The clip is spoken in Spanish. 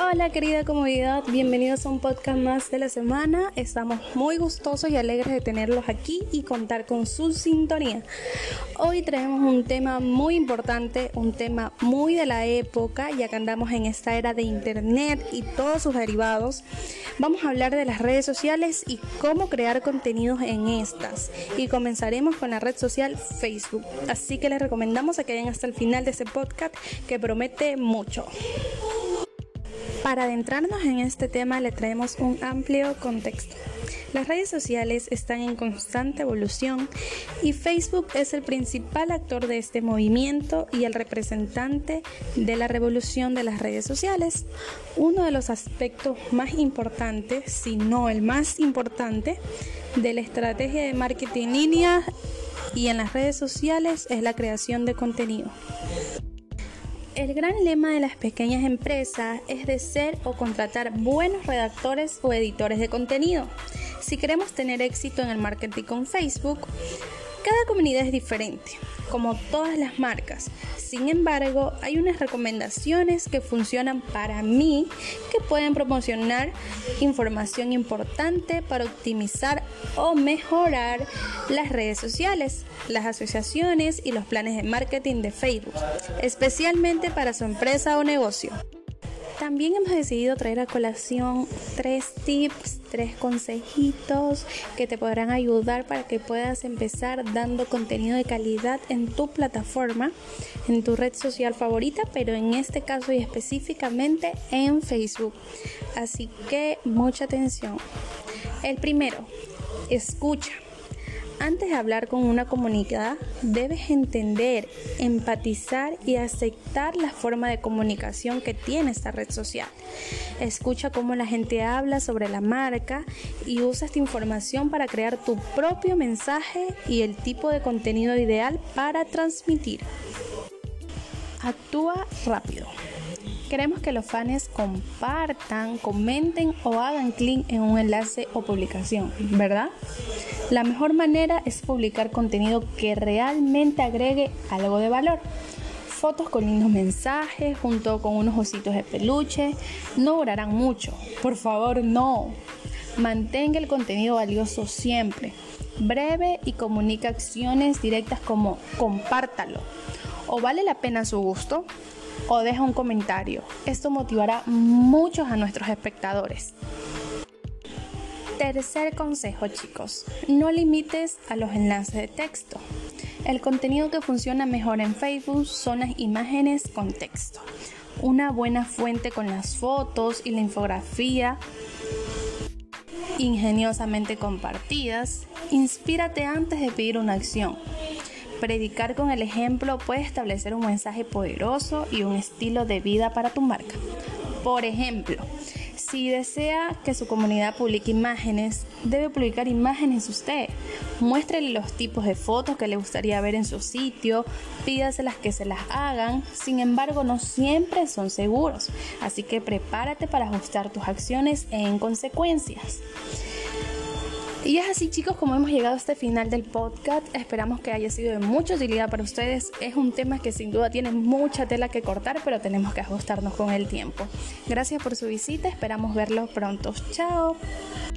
Hola querida comunidad, bienvenidos a un podcast más de la semana. Estamos muy gustosos y alegres de tenerlos aquí y contar con su sintonía. Hoy traemos un tema muy importante, un tema muy de la época, ya que andamos en esta era de internet y todos sus derivados. Vamos a hablar de las redes sociales y cómo crear contenidos en estas. Y comenzaremos con la red social Facebook. Así que les recomendamos a que vayan hasta el final de este podcast que promete mucho. Para adentrarnos en este tema le traemos un amplio contexto. Las redes sociales están en constante evolución y Facebook es el principal actor de este movimiento y el representante de la revolución de las redes sociales. Uno de los aspectos más importantes, si no el más importante, de la estrategia de marketing en línea y en las redes sociales es la creación de contenido. El gran lema de las pequeñas empresas es de ser o contratar buenos redactores o editores de contenido. Si queremos tener éxito en el marketing con Facebook, cada comunidad es diferente, como todas las marcas. Sin embargo, hay unas recomendaciones que funcionan para mí que pueden proporcionar información importante para optimizar o mejorar las redes sociales, las asociaciones y los planes de marketing de Facebook, especialmente para su empresa o negocio. También hemos decidido traer a colación 3 tips, 3 consejitos que te podrán ayudar para que puedas empezar dando contenido de calidad en tu plataforma, en tu red social favorita, pero en este caso y específicamente en Facebook. Así que mucha atención. El primero, escucha. Antes de hablar con una comunidad, debes entender, empatizar y aceptar la forma de comunicación que tiene esta red social. Escucha cómo la gente habla sobre la marca y usa esta información para crear tu propio mensaje y el tipo de contenido ideal para transmitir. Actúa rápido. Queremos que los fans compartan, comenten o hagan clic en un enlace o publicación, ¿verdad? La mejor manera es publicar contenido que realmente agregue algo de valor. Fotos con lindos mensajes junto con unos ositos de peluche no durarán mucho. Por favor, no. Mantenga el contenido valioso siempre, breve y comunica acciones directas como compártalo o vale la pena su gusto o deja un comentario. Esto motivará mucho a nuestros espectadores. Tercer consejo, chicos, no limites a los enlaces de texto. El contenido que funciona mejor en Facebook son las imágenes con texto. Una buena fuente con las fotos y la infografía ingeniosamente compartidas. Inspírate antes de pedir una acción. Predicar con el ejemplo puede establecer un mensaje poderoso y un estilo de vida para tu marca. Por ejemplo, si desea que su comunidad publique imágenes, debe publicar imágenes usted. Muéstrele los tipos de fotos que le gustaría ver en su sitio, pídaselas que se las hagan. Sin embargo, no siempre son seguros, así que prepárate para ajustar tus acciones en consecuencias. Y es así, chicos, como hemos llegado a este final del podcast. Esperamos que haya sido de mucha utilidad para ustedes. Es un tema que sin duda tiene mucha tela que cortar, pero tenemos que ajustarnos con el tiempo. Gracias por su visita, esperamos verlos pronto. ¡Chao!